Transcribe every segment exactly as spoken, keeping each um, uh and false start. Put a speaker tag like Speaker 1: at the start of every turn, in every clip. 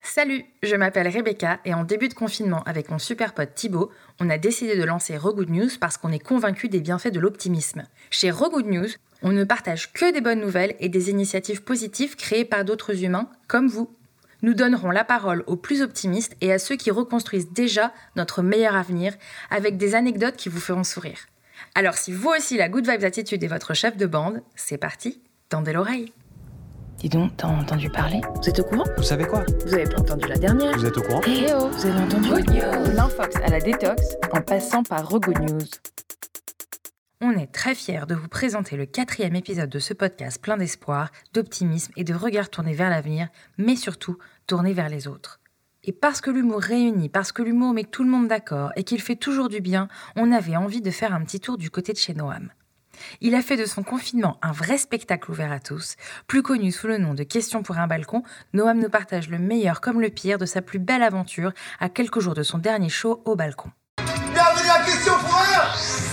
Speaker 1: Salut, je m'appelle Rebecca et en début de confinement avec mon super pote Thibaut, on a décidé de lancer Regood News parce qu'on est convaincu des bienfaits de l'optimisme. Chez Regood News, on ne partage que des bonnes nouvelles et des initiatives positives créées par d'autres humains comme vous. Nous donnerons la parole aux plus optimistes et à ceux qui reconstruisent déjà notre meilleur avenir avec des anecdotes qui vous feront sourire. Alors si vous aussi la good vibes attitude est votre chef de bande, c'est parti, tendez l'oreille. Dis donc, t'as entendu parler ? Vous êtes au courant ?
Speaker 2: Vous savez quoi ?
Speaker 1: Vous avez pas entendu la dernière ?
Speaker 2: Vous êtes au courant ?
Speaker 1: Eh oh, vous avez entendu ? Good news. De l'infox à la détox, en passant par Regood News. On est très fiers de vous présenter le quatrième épisode de ce podcast plein d'espoir, d'optimisme et de regard tourné vers l'avenir, mais surtout tourné vers les autres. Et parce que l'humour réunit, parce que l'humour met tout le monde d'accord et qu'il fait toujours du bien, on avait envie de faire un petit tour du côté de chez Noam. Il a fait de son confinement un vrai spectacle ouvert à tous. Plus connu sous le nom de Questions pour un balcon, Noam nous partage le meilleur comme le pire de sa plus belle aventure à quelques jours de son dernier show au balcon.
Speaker 3: Bienvenue à Questions pour un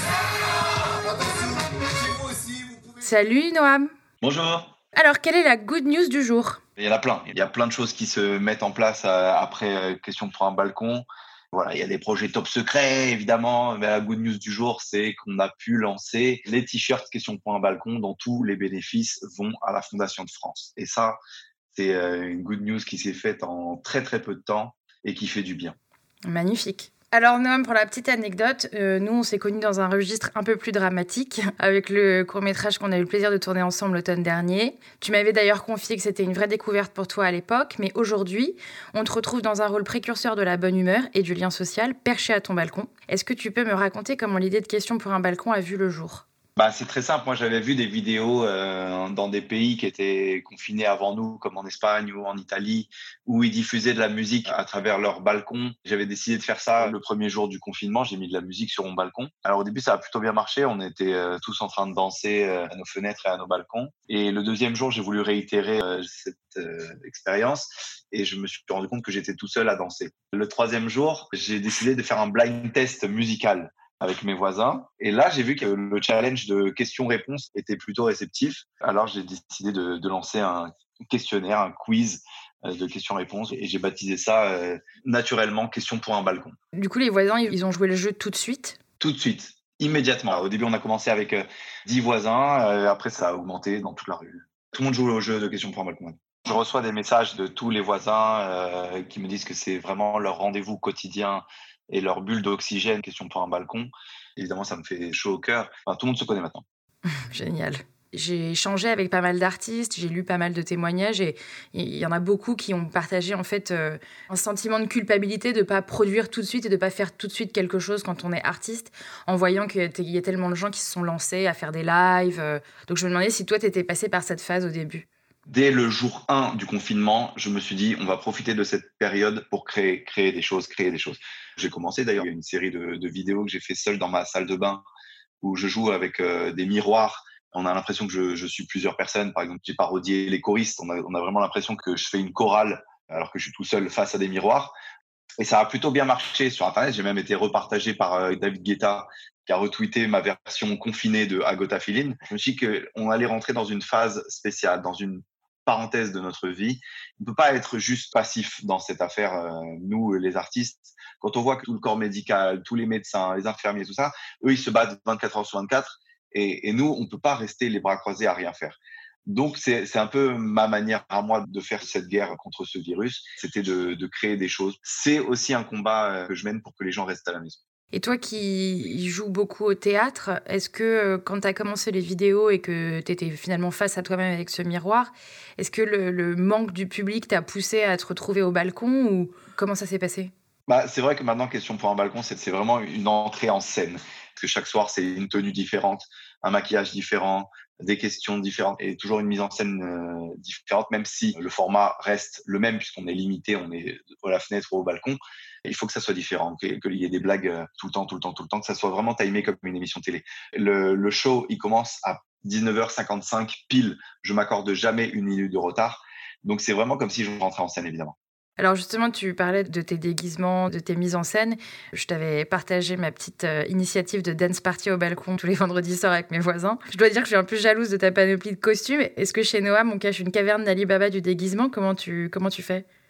Speaker 3: Attention, chez vous aussi, vous pouvez...
Speaker 1: Salut Noam.
Speaker 4: Bonjour.
Speaker 1: Alors, quelle est la good news du jour ?
Speaker 4: Il y en a plein. Il y a plein de choses qui se mettent en place euh, après euh, Questions pour un balcon. Voilà, il y a des projets top secrets, évidemment. Mais la good news du jour, c'est qu'on a pu lancer les t-shirts Questions pour un balcon dont tous les bénéfices vont à la Fondation de France. Et ça, c'est euh, une good news qui s'est faite en très, très peu de temps et qui fait du bien.
Speaker 1: Magnifique. Alors Noam, pour la petite anecdote, euh, nous on s'est connus dans un registre un peu plus dramatique avec le court-métrage qu'on a eu le plaisir de tourner ensemble l'automne dernier. Tu m'avais d'ailleurs confié que c'était une vraie découverte pour toi à l'époque, mais aujourd'hui, on te retrouve dans un rôle précurseur de la bonne humeur et du lien social, perché à ton balcon. Est-ce que tu peux me raconter comment l'idée de Questions pour un balcon a vu le jour ?
Speaker 4: Bah, c'est très simple. Moi, j'avais vu des vidéos euh, dans des pays qui étaient confinés avant nous, comme en Espagne ou en Italie, où ils diffusaient de la musique à travers leur balcon. J'avais décidé de faire ça le premier jour du confinement. J'ai mis de la musique sur mon balcon. Alors au début, ça a plutôt bien marché. On était euh, tous en train de danser euh, à nos fenêtres et à nos balcons. Et le deuxième jour, j'ai voulu réitérer euh, cette euh, expérience et je me suis rendu compte que j'étais tout seul à danser. Le troisième jour, j'ai décidé de faire un blind test musical avec mes voisins. Et là, j'ai vu que le challenge de questions-réponses était plutôt réceptif. Alors, j'ai décidé de, de lancer un questionnaire, un quiz de questions-réponses. Et j'ai baptisé ça euh, naturellement Questions pour un balcon.
Speaker 1: Du coup, les voisins, ils ont joué le jeu tout de suite ?
Speaker 4: Tout de suite, immédiatement. Au début, on a commencé avec euh, dix voisins. Euh, après, ça a augmenté dans toute la rue. Tout le monde joue au jeu de Questions pour un balcon. Je reçois des messages de tous les voisins euh, qui me disent que c'est vraiment leur rendez-vous quotidien et leur bulle d'oxygène, Questions pour un balcon. Évidemment, ça me fait chaud au cœur. Enfin, tout le monde se connaît maintenant.
Speaker 1: Génial. J'ai échangé avec pas mal d'artistes, j'ai lu pas mal de témoignages et il y en a beaucoup qui ont partagé en fait euh, un sentiment de culpabilité de ne pas produire tout de suite et de ne pas faire tout de suite quelque chose quand on est artiste, en voyant qu'il y a tellement de gens qui se sont lancés à faire des lives. Euh. Donc je me demandais si toi, tu étais passé par cette phase au début.
Speaker 4: Dès le jour un du confinement, je me suis dit, on va profiter de cette période pour créer, créer des choses, créer des choses. J'ai commencé d'ailleurs, il y a une série de, de vidéos que j'ai fait seul dans ma salle de bain où je joue avec euh, des miroirs. On a l'impression que je, je suis plusieurs personnes. Par exemple, j'ai parodié les choristes. On a, on a vraiment l'impression que je fais une chorale alors que je suis tout seul face à des miroirs. Et ça a plutôt bien marché sur Internet. J'ai même été repartagé par euh, David Guetta qui a retweeté ma version confinée de Agota Feeling. Je me suis dit qu'on allait rentrer dans une phase spéciale, dans une parenthèse de notre vie. On ne peut pas être juste passif dans cette affaire, euh, nous, les artistes. Quand on voit que tout le corps médical, tous les médecins, les infirmiers, tout ça, eux, ils se battent vingt-quatre heures sur vingt-quatre. Et, et nous, on ne peut pas rester les bras croisés à rien faire. Donc, c'est, c'est un peu ma manière à moi de faire cette guerre contre ce virus. C'était de, de créer des choses. C'est aussi un combat que je mène pour que les gens restent à la maison.
Speaker 1: Et toi qui joues beaucoup au théâtre, est-ce que quand tu as commencé les vidéos et que tu étais finalement face à toi-même avec ce miroir, est-ce que le, le manque du public t'a poussé à te retrouver au balcon ou comment ça s'est passé ?
Speaker 4: Bah, c'est vrai que maintenant, Questions pour un balcon, c'est, c'est vraiment une entrée en scène. Parce que chaque soir, c'est une tenue différente, un maquillage différent, des questions différentes et toujours une mise en scène euh, différente, même si le format reste le même puisqu'on est limité, on est à la fenêtre ou au balcon. Il faut que ça soit différent, qu'il y ait des blagues euh, tout le temps, tout le temps, tout le temps, que ça soit vraiment timé comme une émission télé. Le, le show, il commence à dix-neuf heures cinquante-cinq pile. Je m'accorde jamais une minute de retard. Donc, c'est vraiment comme si je rentrais en scène, évidemment.
Speaker 1: Alors justement, tu parlais de tes déguisements, de tes mises en scène. Je t'avais partagé ma petite euh, initiative de dance party au balcon tous les vendredis soirs avec mes voisins. Je dois dire que je suis un peu jalouse de ta panoplie de costumes. Est-ce que chez Noam, on cache une caverne d'Ali Baba du déguisement ? Comment tu, comment tu fais ?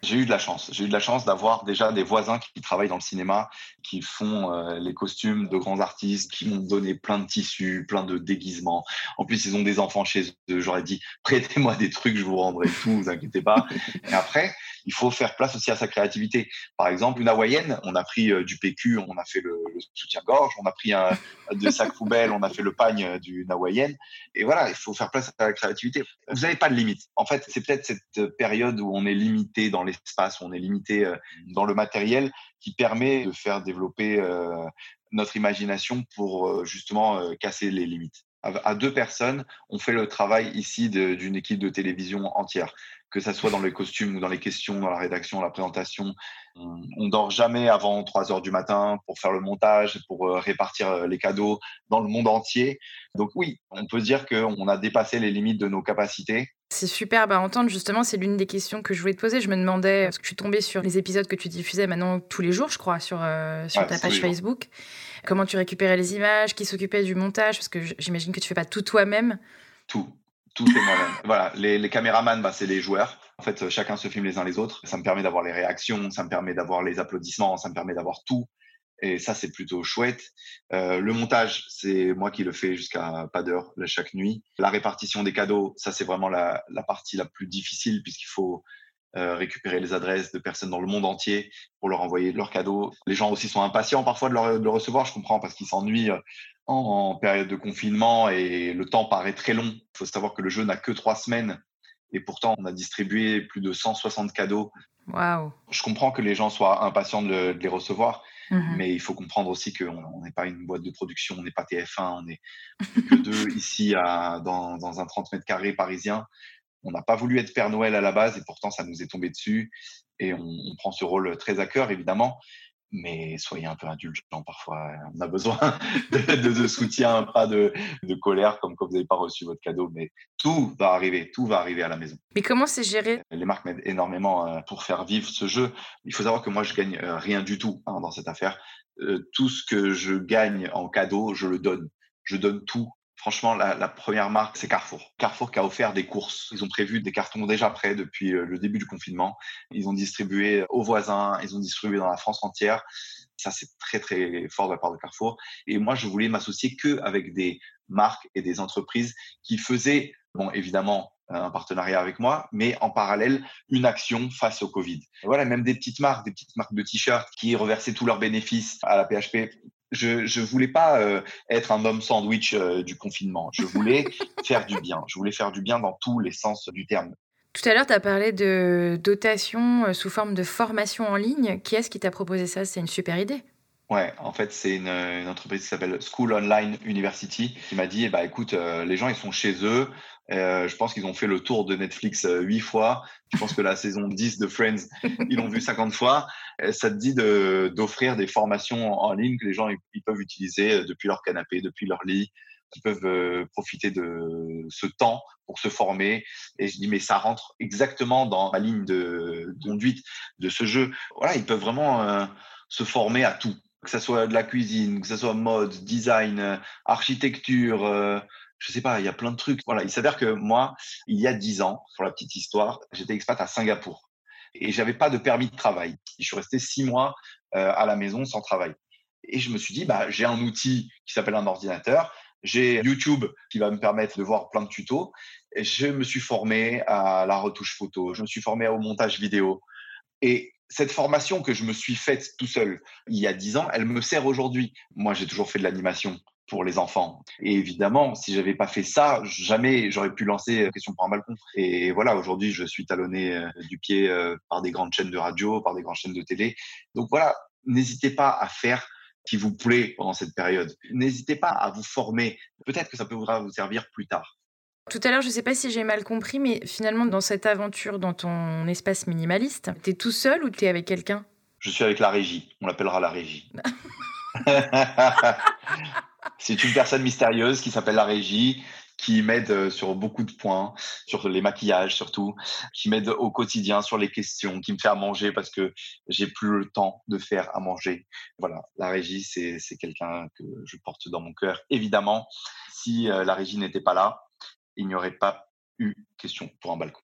Speaker 4: J'ai eu de la chance. J'ai eu de la chance d'avoir déjà des voisins qui travaillent dans le cinéma, qui font euh, les costumes de grands artistes, qui m'ont donné plein de tissus, plein de déguisements. En plus, ils ont des enfants chez eux. J'aurais dit, prêtez-moi des trucs, je vous rendrai tout, vous inquiétez pas. Et après, il faut faire place aussi à sa créativité. Par exemple, une hawaïenne, on a pris euh, du P Q, on a fait le, le soutien-gorge, on a pris un, de sacs poubelles, on a fait le pagne euh, d'une hawaïenne. Et voilà, il faut faire place à la créativité. Vous n'avez pas de limite. En fait, c'est peut-être cette période où on est limité dans l'espace, où on est limité euh, dans le matériel, qui permet de faire développer euh, notre imagination pour euh, justement euh, casser les limites. À, à deux personnes, on fait le travail ici de, d'une équipe de télévision entière, que ça soit dans les costumes ou dans les questions, dans la rédaction, la présentation. On, on dort jamais avant trois heures du matin pour faire le montage, pour euh, répartir euh, les cadeaux dans le monde entier. Donc oui, on peut dire qu'on a dépassé les limites de nos capacités.
Speaker 1: C'est superbe à entendre, justement, c'est l'une des questions que je voulais te poser. Je me demandais, parce que je suis tombée sur les épisodes que tu diffusais maintenant tous les jours, je crois, sur, euh, sur
Speaker 4: Ouais,
Speaker 1: ta
Speaker 4: tous les
Speaker 1: page
Speaker 4: jours.
Speaker 1: Facebook. Comment tu récupérais les images, qui s'occupait du montage, parce que j'imagine que tu fais pas tout toi-même.
Speaker 4: Tout, tout fait moi-même. Voilà, les, les caméramans, bah, c'est les joueurs. En fait, chacun se filme les uns les autres. Ça me permet d'avoir les réactions, ça me permet d'avoir les applaudissements, ça me permet d'avoir tout. Et ça, c'est plutôt chouette. Euh, le montage, c'est moi qui le fais jusqu'à pas d'heure chaque nuit. La répartition des cadeaux, ça, c'est vraiment la, la partie la plus difficile puisqu'il faut euh, récupérer les adresses de personnes dans le monde entier pour leur envoyer leurs cadeaux. Les gens aussi sont impatients parfois de, leur, de le recevoir, je comprends, parce qu'ils s'ennuient en, en période de confinement et le temps paraît très long. Il faut savoir que le jeu n'a que trois semaines et pourtant, on a distribué plus de cent soixante cadeaux.
Speaker 1: Waouh.
Speaker 4: Je comprends que les gens soient impatients de, le, de les recevoir,
Speaker 1: Mhm.
Speaker 4: mais il faut comprendre aussi qu'on n'est pas une boîte de production, on n'est pas T F un, on n'est que deux ici à, dans, dans un trente mètres carrés parisien. On n'a pas voulu être Père Noël à la base et pourtant ça nous est tombé dessus et on, on prend ce rôle très à cœur évidemment, mais soyez un peu indulgents parfois. On a besoin de, de, de soutien, pas de, de colère comme quand vous n'avez pas reçu votre cadeau, mais tout va arriver, tout va arriver à la maison.
Speaker 1: Mais comment c'est géré?
Speaker 4: Les marques m'aident énormément euh, pour faire vivre ce jeu. Il faut savoir que moi je gagne euh, rien du tout hein, dans cette affaire. Euh, tout ce que je gagne en cadeau, je le donne. Je donne tout. Franchement, la, la première marque, c'est Carrefour. Carrefour qui a offert des courses. Ils ont prévu des cartons déjà prêts depuis euh, le début du confinement. Ils ont distribué aux voisins, ils ont distribué dans la France entière. Ça, c'est très, très fort de la part de Carrefour. Et moi, je voulais m'associer qu'avec des marques et des entreprises qui faisaient, bon, évidemment, un partenariat avec moi, mais en parallèle, une action face au Covid. Et voilà, même des petites marques, des petites marques de t-shirts qui reversaient tous leurs bénéfices à la P H P. Je je voulais pas euh, être un homme sandwich euh, du confinement. Je voulais faire du bien. Je voulais faire du bien dans tous les sens du terme.
Speaker 1: Tout à l'heure, tu as parlé de dotation euh, sous forme de formation en ligne. Qui est-ce qui t'a proposé ça? C'est une super idée.
Speaker 4: Ouais, en fait, c'est une, une entreprise qui s'appelle School Online University qui m'a dit, eh ben, écoute, euh, les gens, ils sont chez eux. Euh, je pense qu'ils ont fait le tour de Netflix euh, huit fois. Je pense que la saison dix de Friends, ils l'ont vu cinquante fois. Et ça te dit de, d'offrir des formations en ligne que les gens ils, ils peuvent utiliser euh, depuis leur canapé, depuis leur lit, qui peuvent euh, profiter de ce temps pour se former. Et je dis, mais ça rentre exactement dans la ligne de, de conduite de ce jeu. Voilà, ils peuvent vraiment euh, se former à tout. Que ça soit de la cuisine, que ça soit mode, design, euh, architecture, euh, je sais pas, il y a plein de trucs. Voilà, il s'avère que moi, il y a dix ans, pour la petite histoire, j'étais expat à Singapour et j'avais pas de permis de travail. Je suis resté six mois euh, à la maison sans travail. Et je me suis dit, bah, j'ai un outil qui s'appelle un ordinateur, j'ai YouTube qui va me permettre de voir plein de tutos. Et je me suis formé à la retouche photo, je me suis formé au montage vidéo. Et cette formation que je me suis faite tout seul il y a dix ans, elle me sert aujourd'hui. Moi, j'ai toujours fait de l'animation pour les enfants. Et évidemment, si j'avais pas fait ça, jamais j'aurais pu lancer Question pour un balcon. Et voilà, aujourd'hui, je suis talonné euh, du pied euh, par des grandes chaînes de radio, par des grandes chaînes de télé. Donc voilà, n'hésitez pas à faire ce qui vous plaît pendant cette période. N'hésitez pas à vous former. Peut-être que ça pourra vous servir plus tard.
Speaker 1: Tout à l'heure, je ne sais pas si j'ai mal compris, mais finalement, dans cette aventure, dans ton espace minimaliste, tu es tout seul ou tu es avec quelqu'un?
Speaker 4: Je suis avec la régie. On l'appellera la régie. C'est une personne mystérieuse qui s'appelle la régie, qui m'aide sur beaucoup de points, sur les maquillages surtout, qui m'aide au quotidien sur les questions, qui me fait à manger parce que j'ai plus le temps de faire à manger. Voilà, la régie, c'est, c'est quelqu'un que je porte dans mon cœur. Évidemment, si euh, la régie n'était pas là, il n'y aurait pas eu question pour un balcon.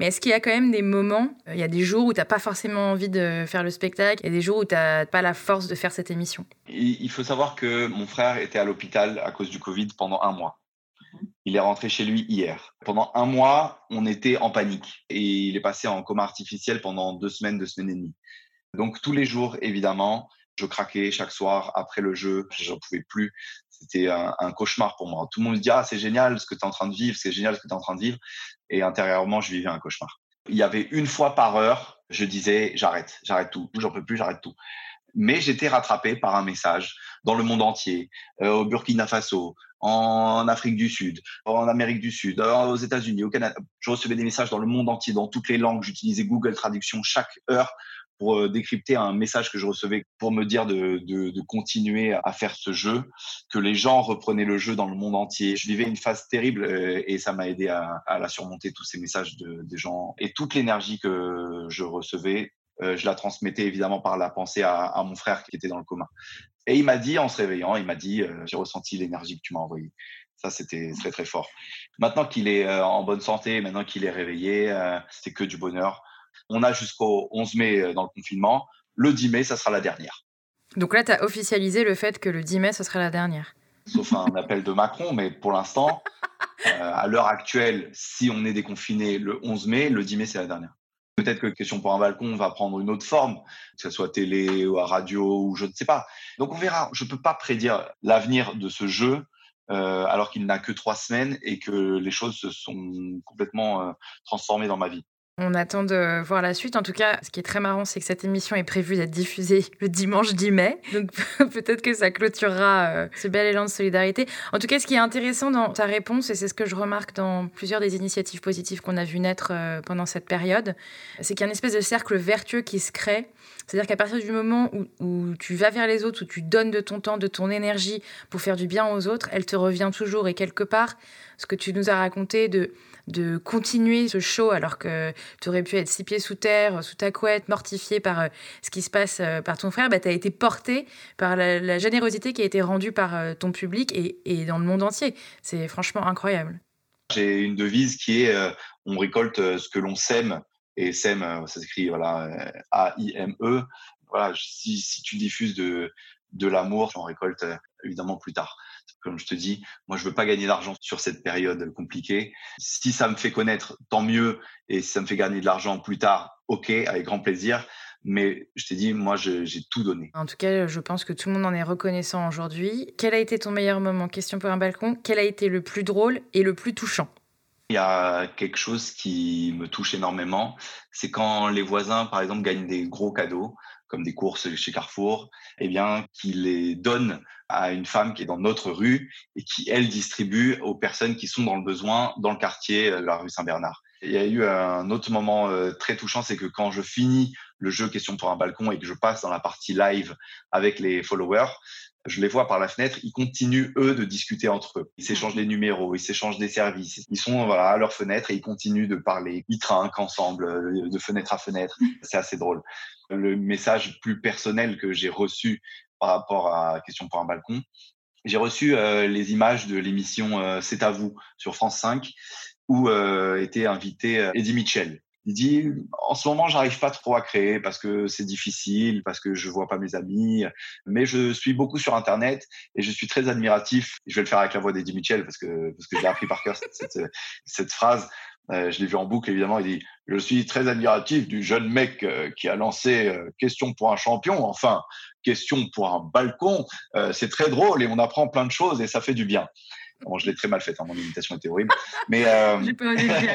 Speaker 1: Mais est-ce qu'il y a quand même des moments, il y a des jours où tu n'as pas forcément envie de faire le spectacle, il y a des jours où tu n'as pas la force de faire cette émission?
Speaker 4: Il faut savoir que mon frère était à l'hôpital à cause du Covid pendant un mois. Il est rentré chez lui hier. Pendant un mois, on était en panique et il est passé en coma artificiel pendant deux semaines, deux semaines et demie. Donc tous les jours, évidemment, je craquais chaque soir après le jeu. J'en pouvais plus. C'était un, un cauchemar pour moi. Tout le monde me dit « Ah, c'est génial ce que tu es en train de vivre, c'est génial ce que tu es en train de vivre. » Et intérieurement, je vivais un cauchemar. Il y avait une fois par heure, je disais « J'arrête, j'arrête tout. J'en peux plus, j'arrête tout. » Mais j'étais rattrapé par un message dans le monde entier, euh, au Burkina Faso, en Afrique du Sud, en Amérique du Sud, aux États-Unis, au Canada. Je recevais des messages dans le monde entier, dans toutes les langues. J'utilisais Google Traduction chaque heure pour euh, décrypter un message que je recevais pour me dire de, de, de continuer à faire ce jeu, que les gens reprenaient le jeu dans le monde entier. Je vivais une phase terrible euh, et ça m'a aidé à, à la surmonter, tous ces messages de, des gens. Et toute l'énergie que je recevais, euh, je la transmettais évidemment par la pensée à, à mon frère qui était dans le coma. Et il m'a dit, en se réveillant, il m'a dit euh, « J'ai ressenti l'énergie que tu m'as envoyée. » Ça, c'était très, très fort. Maintenant qu'il est euh, en bonne santé, maintenant qu'il est réveillé, euh, c'était que du bonheur. On a jusqu'au onze mai euh, dans le confinement. Le dix mai, ça sera la dernière.
Speaker 1: Donc là, tu as officialisé le fait que le dix mai, ce sera la dernière.
Speaker 4: Sauf un appel de Macron, mais pour l'instant, euh, à l'heure actuelle, si on est déconfiné le onze mai, le dix mai, c'est la dernière. Peut-être que Question pour un balcon va prendre une autre forme, que ce soit télé ou à radio ou je ne sais pas. Donc on verra. Je ne peux pas prédire l'avenir de ce jeu euh, alors qu'il n'a que trois semaines et que les choses se sont complètement euh, transformées dans ma vie.
Speaker 1: On attend de voir la suite. En tout cas, ce qui est très marrant, c'est que cette émission est prévue d'être diffusée le dimanche dix mai. Donc peut-être que ça clôturera euh, ce bel élan de solidarité. En tout cas, ce qui est intéressant dans ta réponse, et c'est ce que je remarque dans plusieurs des initiatives positives qu'on a vues naître euh, pendant cette période, c'est qu'il y a une espèce de cercle vertueux qui se crée. C'est-à-dire qu'à partir du moment où, où tu vas vers les autres, où tu donnes de ton temps, de ton énergie pour faire du bien aux autres, elle te revient toujours. Et quelque part, ce que tu nous as raconté de... de continuer ce show alors que tu aurais pu être six pieds sous terre, sous ta couette, mortifié par euh, ce qui se passe euh, par ton frère, bah, tu as été porté par la, la générosité qui a été rendue par euh, ton public et, et dans le monde entier. C'est franchement incroyable.
Speaker 4: J'ai une devise qui est euh, on récolte euh, ce que l'on sème, et sème, euh, ça s'écrit voilà, euh, A I M E. Voilà, si, si tu diffuses de, de l'amour, tu en récoltes euh, évidemment plus tard. Comme je te dis, moi, je veux pas gagner d'argent sur cette période compliquée. Si ça me fait connaître, tant mieux. Et si ça me fait gagner de l'argent plus tard, OK, avec grand plaisir. Mais je t'ai dit, moi, je, j'ai tout donné.
Speaker 1: En tout cas, je pense que tout le monde en est reconnaissant aujourd'hui. Quel a été ton meilleur moment? Question pour un balcon. Quel a été le plus drôle et le plus touchant?
Speaker 4: Il y a quelque chose qui me touche énormément. C'est quand les voisins, par exemple, gagnent des gros cadeaux, comme des courses chez Carrefour, eh bien, qui les donnent à une femme qui est dans notre rue et qui, elle, distribue aux personnes qui sont dans le besoin dans le quartier de la rue Saint-Bernard. Il y a eu un autre moment euh, très touchant, c'est que quand je finis le jeu Question pour un balcon et que je passe dans la partie live avec les followers, je les vois par la fenêtre, ils continuent, eux, de discuter entre eux. Ils s'échangent des numéros, ils s'échangent des services. Ils sont voilà, à leur fenêtre et ils continuent de parler. Ils trinquent ensemble, de fenêtre à fenêtre. C'est assez drôle. Le message plus personnel que j'ai reçu par rapport à Question pour un balcon, j'ai reçu euh, les images de l'émission euh, C'est à vous sur France cinq où euh, était invité euh, Eddie Mitchell. Il dit « En ce moment, j'arrive pas trop à créer parce que c'est difficile, parce que je vois pas mes amis, mais je suis beaucoup sur Internet et je suis très admiratif. » Je vais le faire avec la voix d'Eddie Mitchell parce que, parce que je l'ai appris par cœur, cette, cette, cette phrase. Euh, je l'ai vu en boucle, évidemment. Il dit « Je suis très admiratif du jeune mec euh, qui a lancé euh, Question pour un champion. Enfin, Question pour un balcon. Euh, c'est très drôle et on apprend plein de choses et ça fait du bien. » Bon, je l'ai très mal faite, hein, mon imitation était horrible. Mais, euh,
Speaker 1: J'ai pas osé le dire.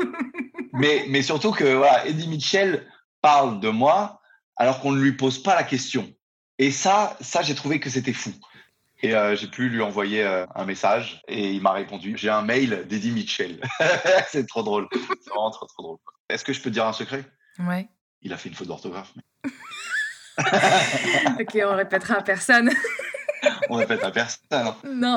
Speaker 4: mais, mais surtout que voilà, Eddie Mitchell parle de moi alors qu'on ne lui pose pas la question. Et ça, ça j'ai trouvé que c'était fou. Et euh, j'ai pu lui envoyer euh, un message et il m'a répondu. J'ai un mail d'Eddie Mitchell. C'est trop drôle. C'est vraiment trop, trop drôle. Est-ce que je peux te dire un secret?
Speaker 1: Ouais.
Speaker 4: Il a fait une faute d'orthographe. Mais...
Speaker 1: Ok, on répétera à personne.
Speaker 4: On répète à personne. Hein.
Speaker 1: Non.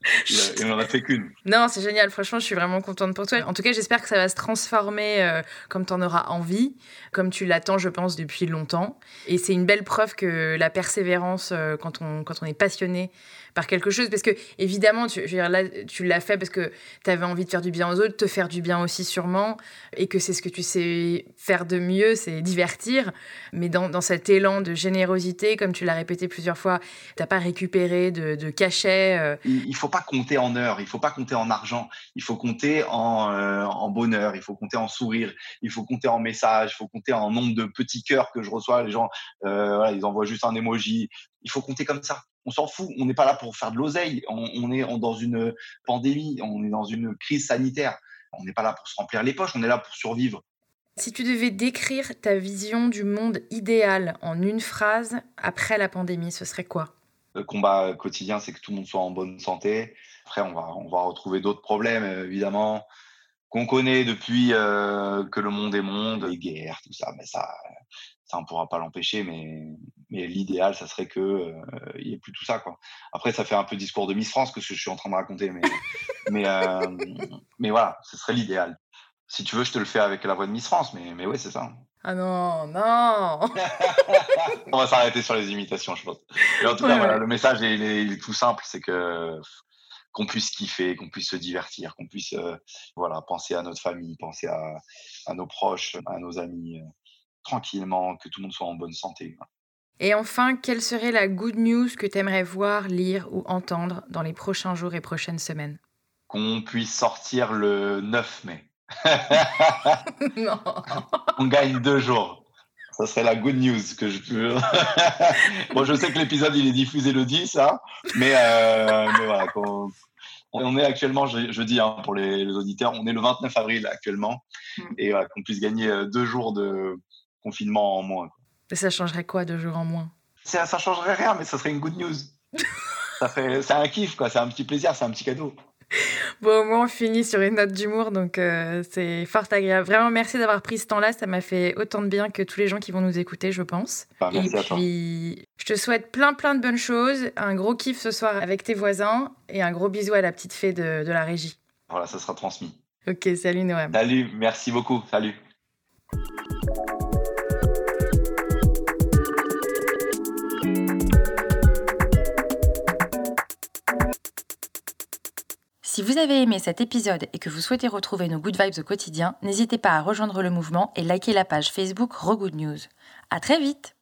Speaker 4: Il n'en a fait qu'une.
Speaker 1: Non, c'est génial. Franchement, je suis vraiment contente pour toi. En tout cas, j'espère que ça va se transformer euh, comme tu en auras envie, comme tu l'attends, je pense, depuis longtemps. Et c'est une belle preuve que la persévérance, euh, quand, on, quand on est passionné par quelque chose, parce que évidemment, tu, je veux dire, là, tu l'as fait parce que tu avais envie de faire du bien aux autres, te faire du bien aussi sûrement, et que c'est ce que tu sais faire de mieux, c'est divertir. Mais dans, dans cet élan de générosité, comme tu l'as répété plusieurs fois, tu n'as pas récupéré de, de cachet. Euh...
Speaker 4: Il ne faut pas compter en heures, il ne faut pas compter en argent, il faut compter en, euh, en bonheur, il faut compter en sourire, il faut compter en messages, il faut compter en nombre de petits cœurs que je reçois. Les gens, euh, voilà, ils envoient juste un emoji. Il faut compter comme ça. On s'en fout. On n'est pas là pour faire de l'oseille. On, on est dans une pandémie, on est dans une crise sanitaire. On n'est pas là pour se remplir les poches, on est là pour survivre.
Speaker 1: Si tu devais décrire ta vision du monde idéal en une phrase après la pandémie, ce serait quoi ?
Speaker 4: Le combat quotidien, c'est que tout le monde soit en bonne santé. Après, on va, on va retrouver d'autres problèmes, évidemment, qu'on connaît depuis euh, que le monde est monde, les guerres, tout ça. Mais ça, ça on ne pourra pas l'empêcher. Mais, mais l'idéal, ça serait qu'il euh, n'y ait plus tout ça, quoi. Après, ça fait un peu discours de Miss France que je suis en train de raconter. Mais, mais, euh, mais voilà, ce serait l'idéal. Si tu veux, je te le fais avec la voix de Miss France. Mais, mais ouais, c'est ça.
Speaker 1: Ah non, non.
Speaker 4: On va s'arrêter sur les imitations, je pense. Mais en tout cas,
Speaker 1: ouais,
Speaker 4: voilà,
Speaker 1: ouais.
Speaker 4: le message, il est, il est tout simple, c'est que qu'on puisse kiffer, qu'on puisse se divertir, qu'on puisse euh, voilà, penser à notre famille, penser à, à nos proches, à nos amis, euh, tranquillement, que tout le monde soit en bonne santé.
Speaker 1: Et enfin, quelle serait la good news que tu aimerais voir, lire ou entendre dans les prochains jours et prochaines semaines ?
Speaker 4: Qu'on puisse sortir le neuf mai.
Speaker 1: Non.
Speaker 4: On gagne deux jours. Ça serait la good news que je peux. Bon, je sais que l'épisode il est diffusé le dix, hein, mais, euh, mais voilà. qu'on... On est actuellement, je, je dis hein, pour les, les auditeurs, on est le vingt-neuf avril actuellement, mm. et voilà, qu'on puisse gagner deux jours de confinement en moins.
Speaker 1: Et ça changerait quoi, deux jours en moins ?
Speaker 4: Ça, ça changerait rien, mais ça serait une good news. Ça fait, c'est un kiff, quoi. C'est un petit plaisir, c'est un petit cadeau.
Speaker 1: Bon, au moins, on finit sur une note d'humour, donc euh, c'est fort agréable. Vraiment, merci d'avoir pris ce temps-là. Ça m'a fait autant de bien que tous les gens qui vont nous écouter, je pense.
Speaker 4: Bah, merci
Speaker 1: et
Speaker 4: à toi.
Speaker 1: puis, je te souhaite plein, plein de bonnes choses. Un gros kiff ce soir avec tes voisins et un gros bisou à la petite fée de, de la régie.
Speaker 4: Voilà, ça sera transmis.
Speaker 1: Ok, salut Noam.
Speaker 4: Salut, merci beaucoup. Salut.
Speaker 1: Si vous avez aimé cet épisode et que vous souhaitez retrouver nos good vibes au quotidien, n'hésitez pas à rejoindre le mouvement et liker la page Facebook Regood News. À très vite!